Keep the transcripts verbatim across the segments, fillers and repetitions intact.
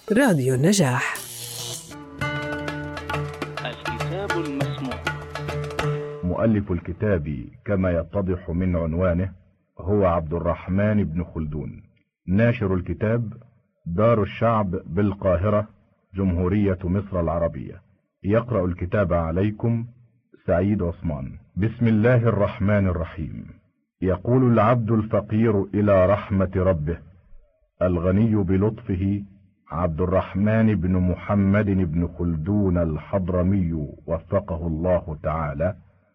راديو النجاح. الكتاب المسموع. مؤلف الكتاب كما يتضح من عنوانه هو عبد الرحمن بن خلدون. ناشر الكتاب دار الشعب بالقاهرة، جمهورية مصر العربية. يقرأ الكتاب عليكم سعيد عثمان. بسم الله الرحمن الرحيم. يقول العبد الفقير إلى رحمة ربه، الغني بلطفه، عبد الرحمن بن محمد بن خلدون الحضرمي وفقه الله تعالى.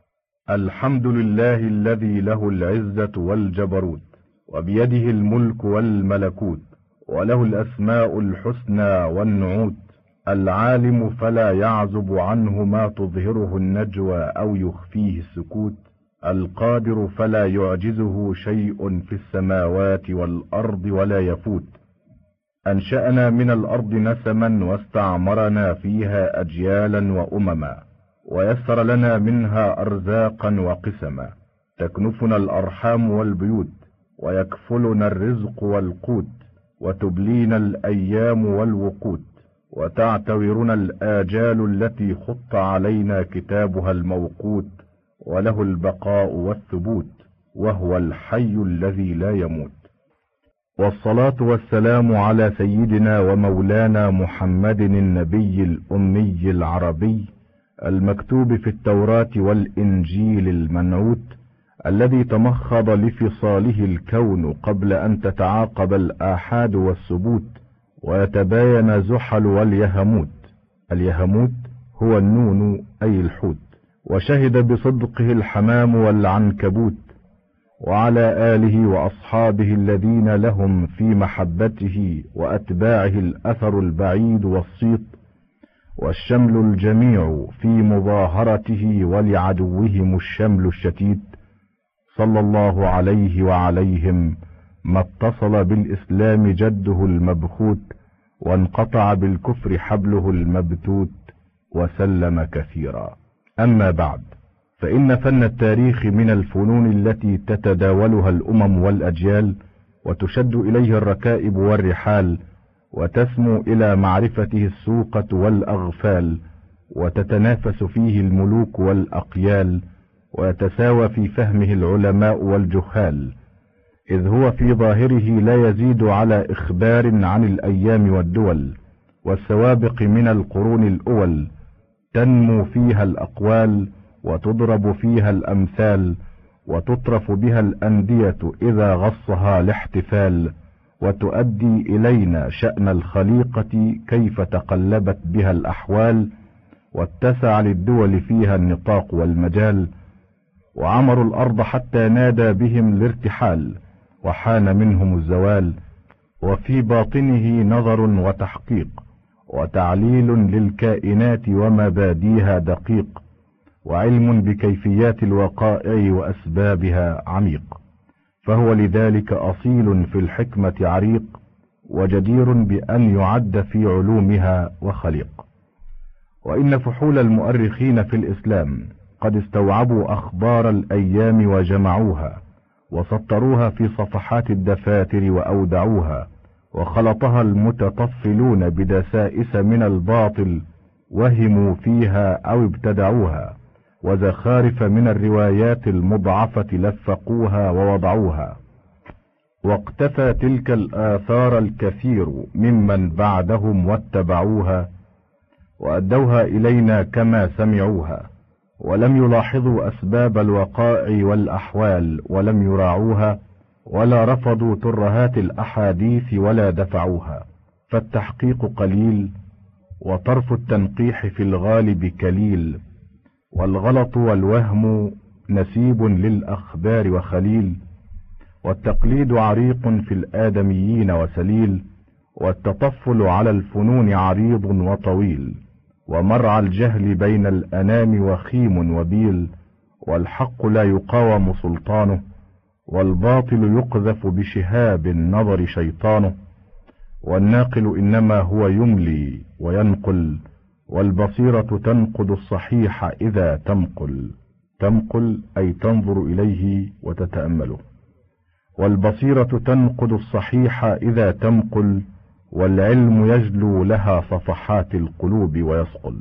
الحمد لله الذي له العزة والجبروت، وبيده الملك والملكوت، وله الأسماء الحسنى والنعوت. العالم فلا يعزب عنه ما تظهره النجوى أو يخفيه السكوت. القادر فلا يعجزه شيء في السماوات والأرض ولا يفوت. أنشأنا من الأرض نسما واستعمرنا فيها أجيالا وأمما، ويسر لنا منها أرزاقا وقسما. تكنفنا الأرحام والبيوت، ويكفلنا الرزق والقوت، وتبلينا الأيام والوقوت، وتعتورنا الآجال التي خط علينا كتابها الموقوت. وله البقاء والثبوت، وهو الحي الذي لا يموت. والصلاة والسلام على سيدنا ومولانا محمد النبي الأمي العربي المكتوب في التوراة والإنجيل المنعوت، الذي تمخض لفصاله الكون قبل أن تتعاقب الآحاد والسبوت ويتباين زحل واليهموت. اليهموت هو النون أي الحوت. وشهد بصدقه الحمام والعنكبوت. وعلى آله وأصحابه الذين لهم في محبته وأتباعه الأثر البعيد والصيت، والشمل الجميع في مظاهرته، ولعدوهم الشمل الشتيت، صلى الله عليه وعليهم ما اتصل بالإسلام جده المبخوت، وانقطع بالكفر حبله المبتوت، وسلم كثيرا. أما بعد، فإن فن التاريخ من الفنون التي تتداولها الأمم والأجيال، وتشد إليه الركائب والرحال، وتسمو إلى معرفته السوقة والأغفال، وتتنافس فيه الملوك والأقيال، ويتساوى في فهمه العلماء والجهال، إذ هو في ظاهره لا يزيد على إخبار عن الأيام والدول والسوابق من القرون الأول. تنمو فيها الأقوال، وتضرب فيها الأمثال، وتطرف بها الأندية إذا غصها الاحتفال، وتؤدي إلينا شأن الخليقة كيف تقلبت بها الأحوال، واتسع للدول فيها النطاق والمجال، وعمروا الأرض حتى نادى بهم الارتحال، وحان منهم الزوال. وفي باطنه نظر وتحقيق وتعليل للكائنات ومباديها دقيق، وعلم بكيفيات الوقائع وأسبابها عميق. فهو لذلك أصيل في الحكمة عريق، وجدير بأن يعد في علومها وخليق. وإن فحول المؤرخين في الإسلام قد استوعبوا أخبار الأيام وجمعوها، وسطروها في صفحات الدفاتر وأودعوها، وخلطها المتطفلون بدسائس من الباطل وهموا فيها أو ابتدعوها، وزخارف من الروايات المضعفة لفقوها ووضعوها. واقتفى تلك الآثار الكثير ممن بعدهم واتبعوها، وأدوها إلينا كما سمعوها، ولم يلاحظوا أسباب الوقائع والأحوال، ولم يراعوها، ولا رفضوا ترهات الأحاديث ولا دفعوها. فالتحقيق قليل، وطرف التنقيح في الغالب كليل، والغلط والوهم نسيب للأخبار وخليل، والتقليد عريق في الآدميين وسليل، والتطفل على الفنون عريض وطويل، ومرعى الجهل بين الأنام وخيم وبيل، والحق لا يقاوم سلطانه، والباطل يقذف بشهاب النظر شيطانه، والناقل إنما هو يملي وينقل، والبصيرة تنقد الصحيح إذا تنقل. تنقل أي تنظر إليه وتتأمله. والبصيرة تنقد الصحيح إذا تنقل، والعلم يجلو لها صفحات القلوب ويصقل.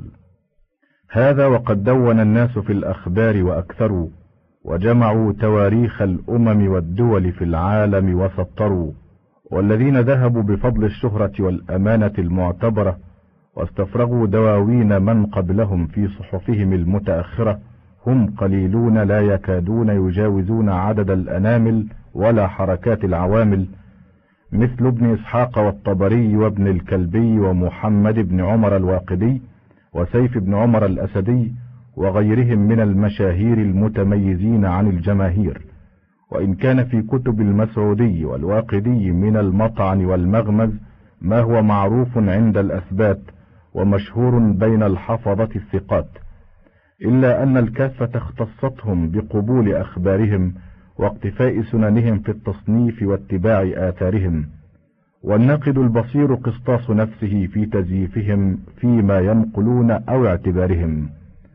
هذا وقد دون الناس في الأخبار وأكثروا، وجمعوا تواريخ الأمم والدول في العالم وسطروا، والذين ذهبوا بفضل الشهرة والأمانة المعتبرة واستفرغوا دواوين من قبلهم في صحفهم المتأخرة هم قليلون لا يكادون يجاوزون عدد الأنامل ولا حركات العوامل، مثل ابن إسحاق والطبري وابن الكلبي ومحمد بن عمر الواقدي وسيف بن عمر الأسدي وغيرهم من المشاهير المتميزين عن الجماهير. وإن كان في كتب المسعودي والواقدي من المطعن والمغمز ما هو معروف عند الأثبات ومشهور بين الحفظة الثقات، إلا أن الكافة اختصتهم بقبول أخبارهم واقتفاء سننهم في التصنيف واتباع آثارهم، والناقد البصير قسطاس نفسه في تزييفهم فيما ينقلون أو اعتبارهم.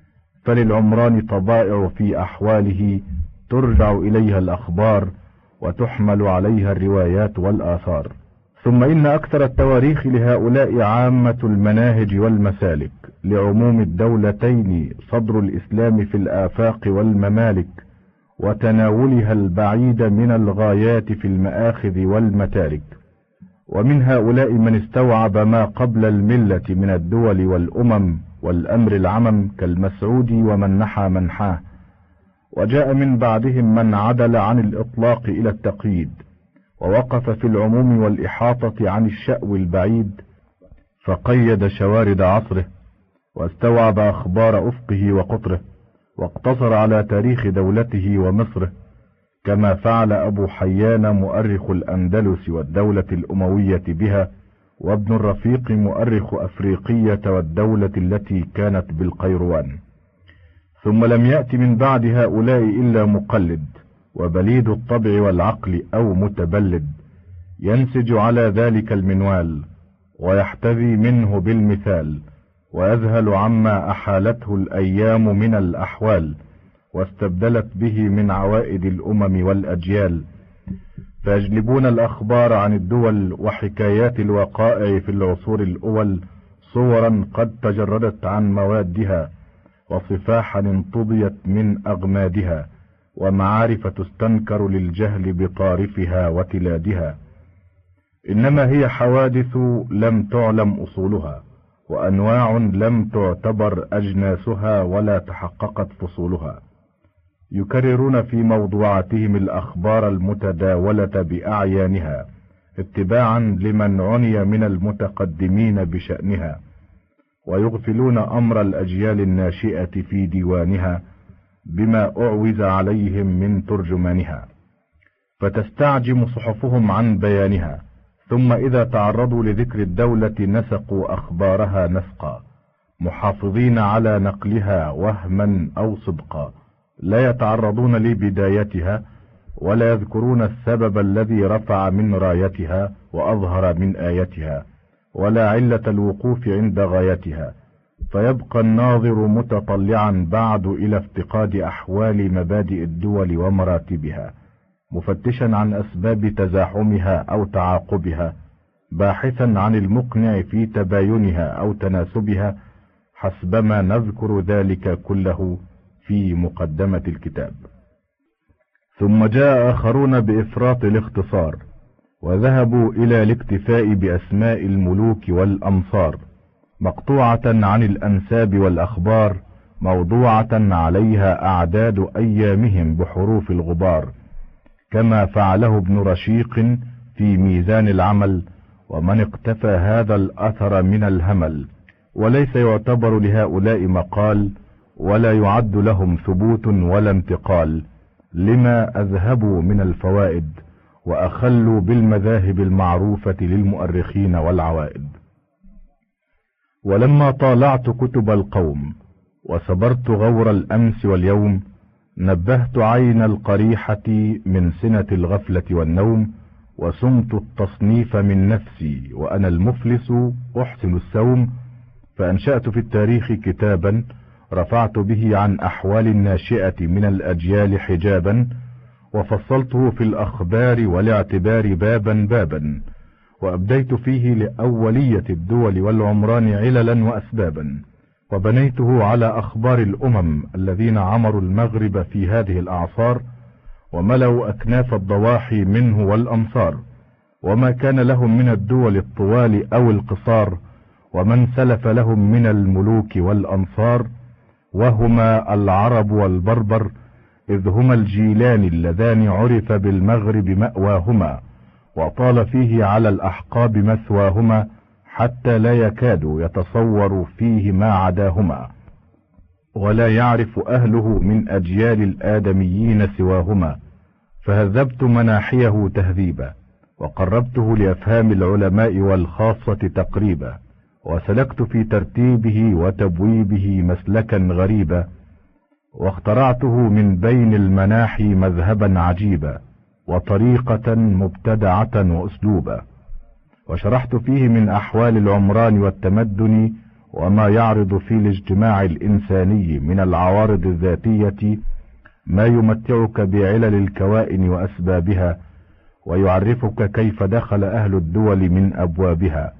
فللعمران طبائع في أحواله ترجع إليها الأخبار وتحمل عليها الروايات والآثار. ثم إن أكثر التواريخ لهؤلاء عامة المناهج والمسالك، لعموم الدولتين صدر الإسلام في الآفاق والممالك، وتناولها البعيد من الغايات في المآخذ والمتارك. ومن هؤلاء من استوعب ما قبل الملة من الدول والأمم والأمر العمم كالمسعودي ومن نحى منحاه، وجاء من بعدهم من عدل عن الإطلاق إلى التقييد، ووقف في العموم والإحاطة عن الشأو البعيد، فقيد شوارد عصره واستوعب أخبار أفقه وقطره، واقتصر على تاريخ دولته ومصره، كما فعل أبو حيان مؤرخ الأندلس والدولة الأموية بها، وابن الرفيق مؤرخ أفريقية والدولة التي كانت بالقيروان. ثم لم يأت من بعد هؤلاء إلا مقلد وبليد الطبع والعقل أو متبلد، ينسج على ذلك المنوال ويحتذي منه بالمثال، ويذهل عما أحالته الأيام من الأحوال واستبدلت به من عوائد الأمم والأجيال، فيجلبون الأخبار عن الدول وحكايات الوقائع في العصور الأول صورا قد تجردت عن موادها، وصفاحا انطبيت من أغمادها، ومعارف تستنكر للجهل بطارفها وتلادها. إنما هي حوادث لم تعلم أصولها، وأنواع لم تعتبر أجناسها ولا تحققت فصولها، يكررون في موضوعاتهم الأخبار المتداولة بأعيانها اتباعا لمن عني من المتقدمين بشأنها، ويغفلون أمر الأجيال الناشئة في ديوانها بما أعوز عليهم من ترجمانها، فتستعجم صحفهم عن بيانها، ثم إذا تعرضوا لذكر الدولة نسقوا أخبارها نسقا، محافظين على نقلها وهما أو صدقا، لا يتعرضون لبدايتها ولا يذكرون السبب الذي رفع من رايتها وأظهر من آيتها، ولا علة الوقوف عند غايتها، فيبقى الناظر متطلعا بعد إلى افتقاد أحوال مبادئ الدول ومراتبها، مفتشا عن أسباب تزاحمها أو تعاقبها، باحثا عن المقنع في تباينها أو تناسبها، حسبما نذكر ذلك كله في مقدمة الكتاب. ثم جاء آخرون بإفراط الاختصار، وذهبوا إلى الاكتفاء بأسماء الملوك والأمصار، مقطوعة عن الأنساب والأخبار، موضوعة عليها أعداد أيامهم بحروف الغبار، كما فعله ابن رشيق في ميزان العمل، ومن اقتفى هذا الأثر من الهمل، وليس يعتبر لهؤلاء مقال ولا يعد لهم ثبوت ولا انتقال، لما أذهبوا من الفوائد وأخلوا بالمذاهب المعروفة للمؤرخين والعوائد. ولما طالعت كتب القوم وصبرت غور الأمس واليوم، نبهت عين القريحة من سنة الغفلة والنوم، وسمت التصنيف من نفسي وأنا المفلس أحسن السوم، فأنشأت في التاريخ كتابا رفعت به عن أحوال الناشئة من الأجيال حجابا، وفصلته في الأخبار والاعتبار بابا بابا، وأبديت فيه لأولية الدول والعمران عللا وأسبابا، وبنيته على أخبار الأمم الذين عمروا المغرب في هذه الأعصار وملأوا أكناف الضواحي منه والأمصار، وما كان لهم من الدول الطوال أو القصار، ومن سلف لهم من الملوك والأنصار، وهما العرب والبربر، إذ هما الجيلان اللذان عرف بالمغرب مأواهما، وطال فيه على الأحقاب مثواهما، حتى لا يكاد يتصور فيه ما عداهما، ولا يعرف أهله من أجيال الآدميين سواهما. فهذبت مناحيه تهذيبا، وقربته لأفهام العلماء والخاصة تقريبا، وسلكت في ترتيبه وتبويبه مسلكا غريبا، واخترعته من بين المناحي مذهبا عجيبا، وطريقة مبتدعة وأسلوبا، وشرحت فيه من أحوال العمران والتمدن وما يعرض في الاجتماع الإنساني من العوارض الذاتية ما يمتعك بعلل الكوائن وأسبابها، ويعرفك كيف دخل أهل الدول من أبوابها،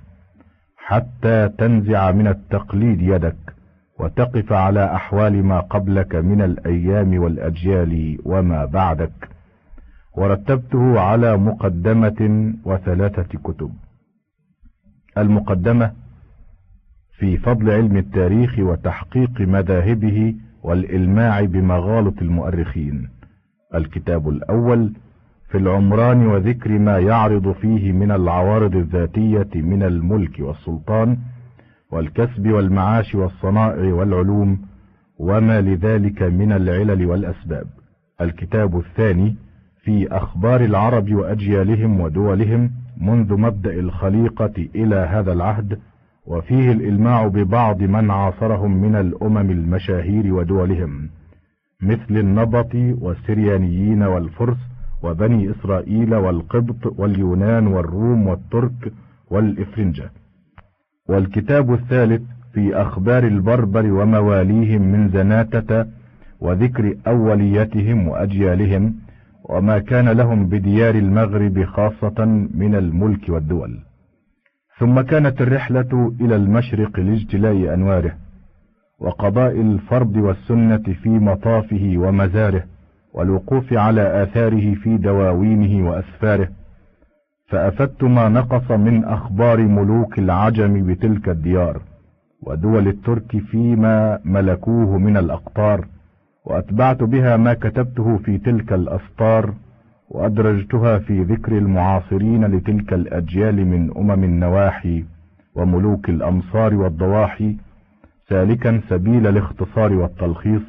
حتى تنزع من التقليد يدك وتقف على أحوال ما قبلك من الأيام والأجيال وما بعدك. ورتبته على مقدمة وثلاثة كتب. المقدمة في فضل علم التاريخ وتحقيق مذاهبه والإلماع بمغالط المؤرخين. الكتاب الأول في العمران وذكر ما يعرض فيه من العوارض الذاتية من الملك والسلطان والكسب والمعاش والصنائع والعلوم وما لذلك من العلل والأسباب. الكتاب الثاني في أخبار العرب وأجيالهم ودولهم منذ مبدأ الخليقة إلى هذا العهد، وفيه الإلماع ببعض من عاصرهم من الأمم المشاهير ودولهم، مثل النبط والسريانيين والفرس وبني إسرائيل والقبط واليونان والروم والترك والإفرنجة. والكتاب الثالث في أخبار البربر ومواليهم من زناتة وذكر أوليتهم وأجيالهم وما كان لهم بديار المغرب خاصة من الملك والدول. ثم كانت الرحلة إلى المشرق لاجتلاء أنواره وقضاء الفرض والسنة في مطافه ومزاره، والوقوف على آثاره في دواوينه وأسفاره، فأفدت ما نقص من أخبار ملوك العجم بتلك الديار ودول الترك فيما ملكوه من الأقطار، وأتبعت بها ما كتبته في تلك الأسطار، وأدرجتها في ذكر المعاصرين لتلك الأجيال من أمم النواحي وملوك الأمصار والضواحي، سالكا سبيل الاختصار والتلخيص،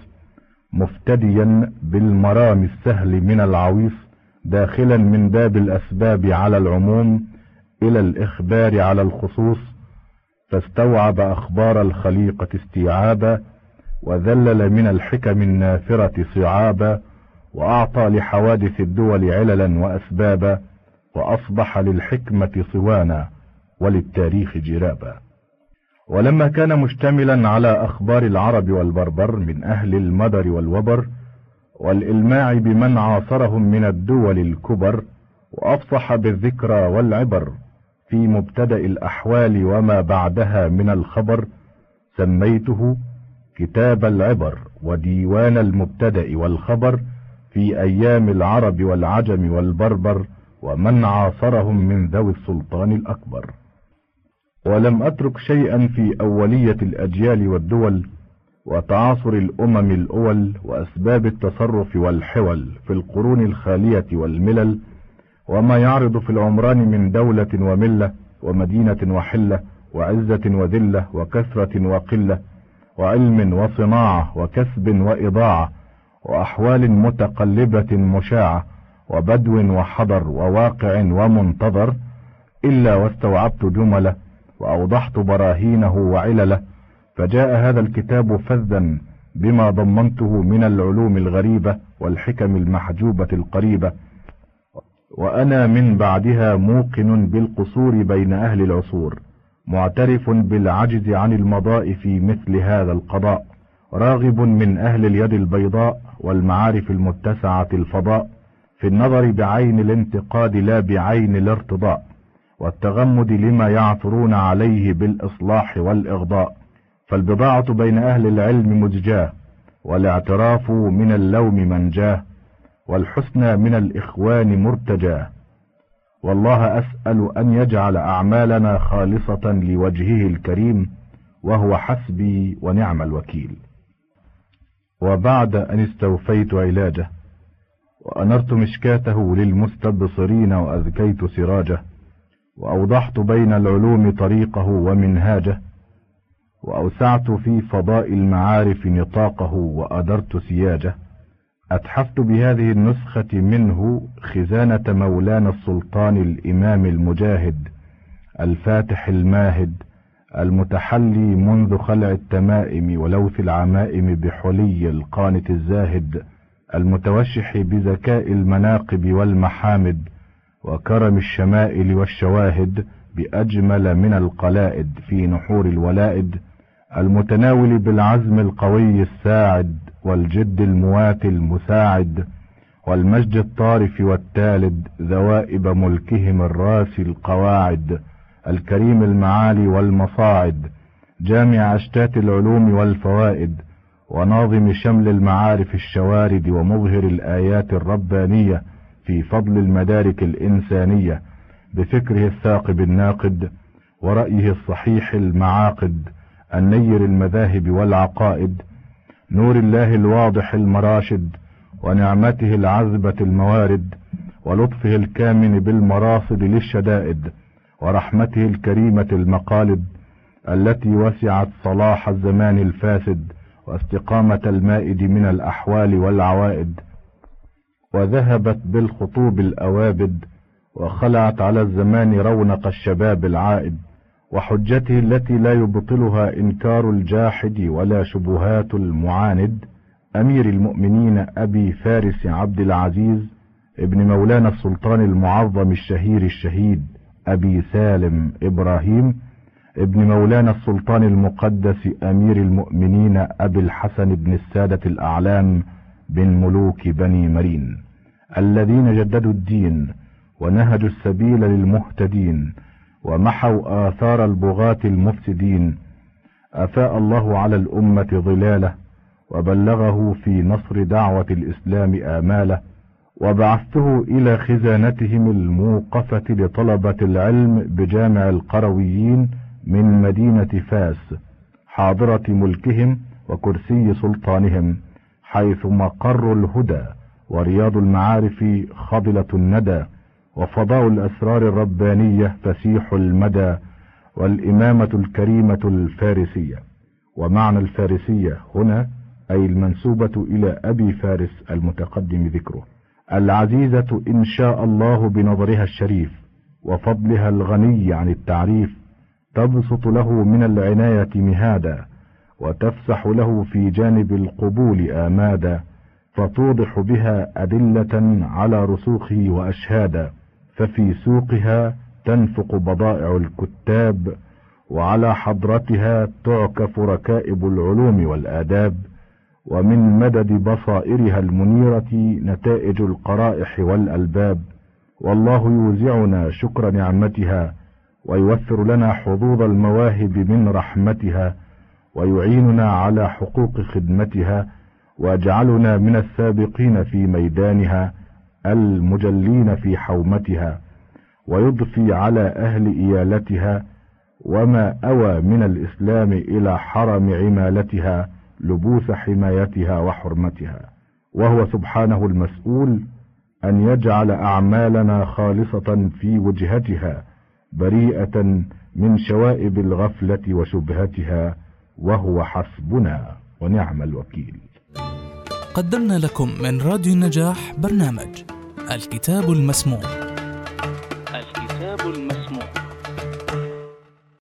مفتديا بالمرام السهل من العويص، داخلا من باب الأسباب على العموم إلى الإخبار على الخصوص، فاستوعب أخبار الخليقة استيعابا، وذلل من الحكم النافرة صعابا، وأعطى لحوادث الدول عللا وأسبابا، وأصبح للحكمة صوانا وللتاريخ جرابا. ولما كان مشتملا على أخبار العرب والبربر من أهل المدر والوبر والإلماع بمن عاصرهم من الدول الكبر، وأفصح بالذكرى والعبر في مبتدأ الأحوال وما بعدها من الخبر، سميته كتاب العبر وديوان المبتدأ والخبر في أيام العرب والعجم والبربر ومن عاصرهم من ذوي السلطان الأكبر. ولم أترك شيئا في أولية الأجيال والدول وتعاصر الأمم الأول وأسباب التصرف والحول في القرون الخالية والملل، وما يعرض في العمران من دولة وملة ومدينة وحلة وعزة وذلة وكثرة وقلة وعلم وصناعة وكسب وإضاعة وأحوال متقلبة مشاعة وبدو وحضر وواقع ومنتظر، إلا واستوعبت جمله وأوضحت براهينه وعلله، فجاء هذا الكتاب فذا بما ضمنته من العلوم الغريبة والحكم المحجوبة القريبة، وأنا من بعدها موقن بالقصور بين أهل العصور، معترف بالعجز عن المضاء في مثل هذا القضاء، راغب من أهل اليد البيضاء والمعارف المتسعة الفضاء في النظر بعين الانتقاد لا بعين الارتضاء، والتغمد لما يعثرون عليه بالإصلاح والإغضاء، فالبضاعة بين أهل العلم مزجاه، والاعتراف من اللوم منجاه، والحسنى من الإخوان مرتجاه. والله أسأل أن يجعل أعمالنا خالصة لوجهه الكريم، وهو حسبي ونعم الوكيل. وبعد أن استوفيت علاجه وأنرت مشكاته للمستبصرين وأذكيت سراجه، وأوضحت بين العلوم طريقه ومنهاجه، وأوسعت في فضاء المعارف نطاقه وأدرت سياجه، أتحفت بهذه النسخة منه خزانة مولانا السلطان الإمام المجاهد الفاتح الماهد المتحلي منذ خلع التمائم ولوث العمائم بحلي القانت الزاهد، المتوشح بذكاء المناقب والمحامد وكرم الشمائل والشواهد بأجمل من القلائد في نحور الولائد، المتناول بالعزم القوي الساعد والجد المواتي المساعد، والمجد الطارف والتالد ذوائب ملكهم الراسي القواعد، الكريم المعالي والمصاعد، جامع أشتات العلوم والفوائد، وناظم شمل المعارف الشوارد، ومظهر الآيات الربانية في فضل المدارك الإنسانية، بفكره الثاقب الناقد ورأيه الصحيح المعاقد، النير المذاهب والعقائد، نور الله الواضح المراشد، ونعمته العذبة الموارد، ولطفه الكامن بالمراصد للشدائد، ورحمته الكريمة المقالد التي وسعت صلاح الزمان الفاسد واستقامة المائد من الأحوال والعوائد، وذهبت بالخطوب الأوابد، وخلعت على الزمان رونق الشباب العائد، وحجته التي لا يبطلها إنكار الجاحد ولا شبهات المعاند، أمير المؤمنين أبي فارس عبد العزيز ابن مولانا السلطان المعظم الشهير الشهيد أبي سالم إبراهيم ابن مولانا السلطان المقدس أمير المؤمنين أبي الحسن بن السادة الأعلام بن ملوك بني مرين، الذين جددوا الدين ونهجوا السبيل للمهتدين ومحوا آثار البغاة المفسدين، أفاء الله على الأمة ظلاله، وبلغه في نصر دعوة الإسلام آماله، وبعثته إلى خزانتهم الموقفة لطلبة العلم بجامع القرويين من مدينة فاس، حاضرة ملكهم وكرسي سلطانهم، حيث مقر الهدى ورياض المعارف خضلة الندى، وفضاء الأسرار الربانية فسيح المدى، والإمامة الكريمة الفارسية. ومعنى الفارسية هنا أي المنسوبة إلى أبي فارس المتقدم ذكره، العزيزة إن شاء الله بنظرها الشريف وفضلها الغني عن التعريف، تبسط له من العناية مهادا، وتفسح له في جانب القبول آمادا، فتوضح بها أدلة على رسوخه وأشهادا، ففي سوقها تنفق بضائع الكتاب، وعلى حضرتها تعكف ركائب العلوم والآداب، ومن مدد بصائرها المنيرة نتائج القرائح والألباب، والله يوزعنا شكر نعمتها، ويوفر لنا حظوظ المواهب من رحمتها، ويعيننا على حقوق خدمتها، ويجعلنا من السابقين في ميدانها المجلين في حومتها، ويضفي على أهل إيالتها وما أوى من الإسلام إلى حرم عمالتها لبوس حمايتها وحرمتها، وهو سبحانه المسؤول أن يجعل أعمالنا خالصة في وجهتها بريئة من شوائب الغفلة وشبهتها، وهو حسبنا ونعم الوكيل. قدمنا لكم من راديو النجاح برنامج الكتاب المسموع. الكتاب المسموع.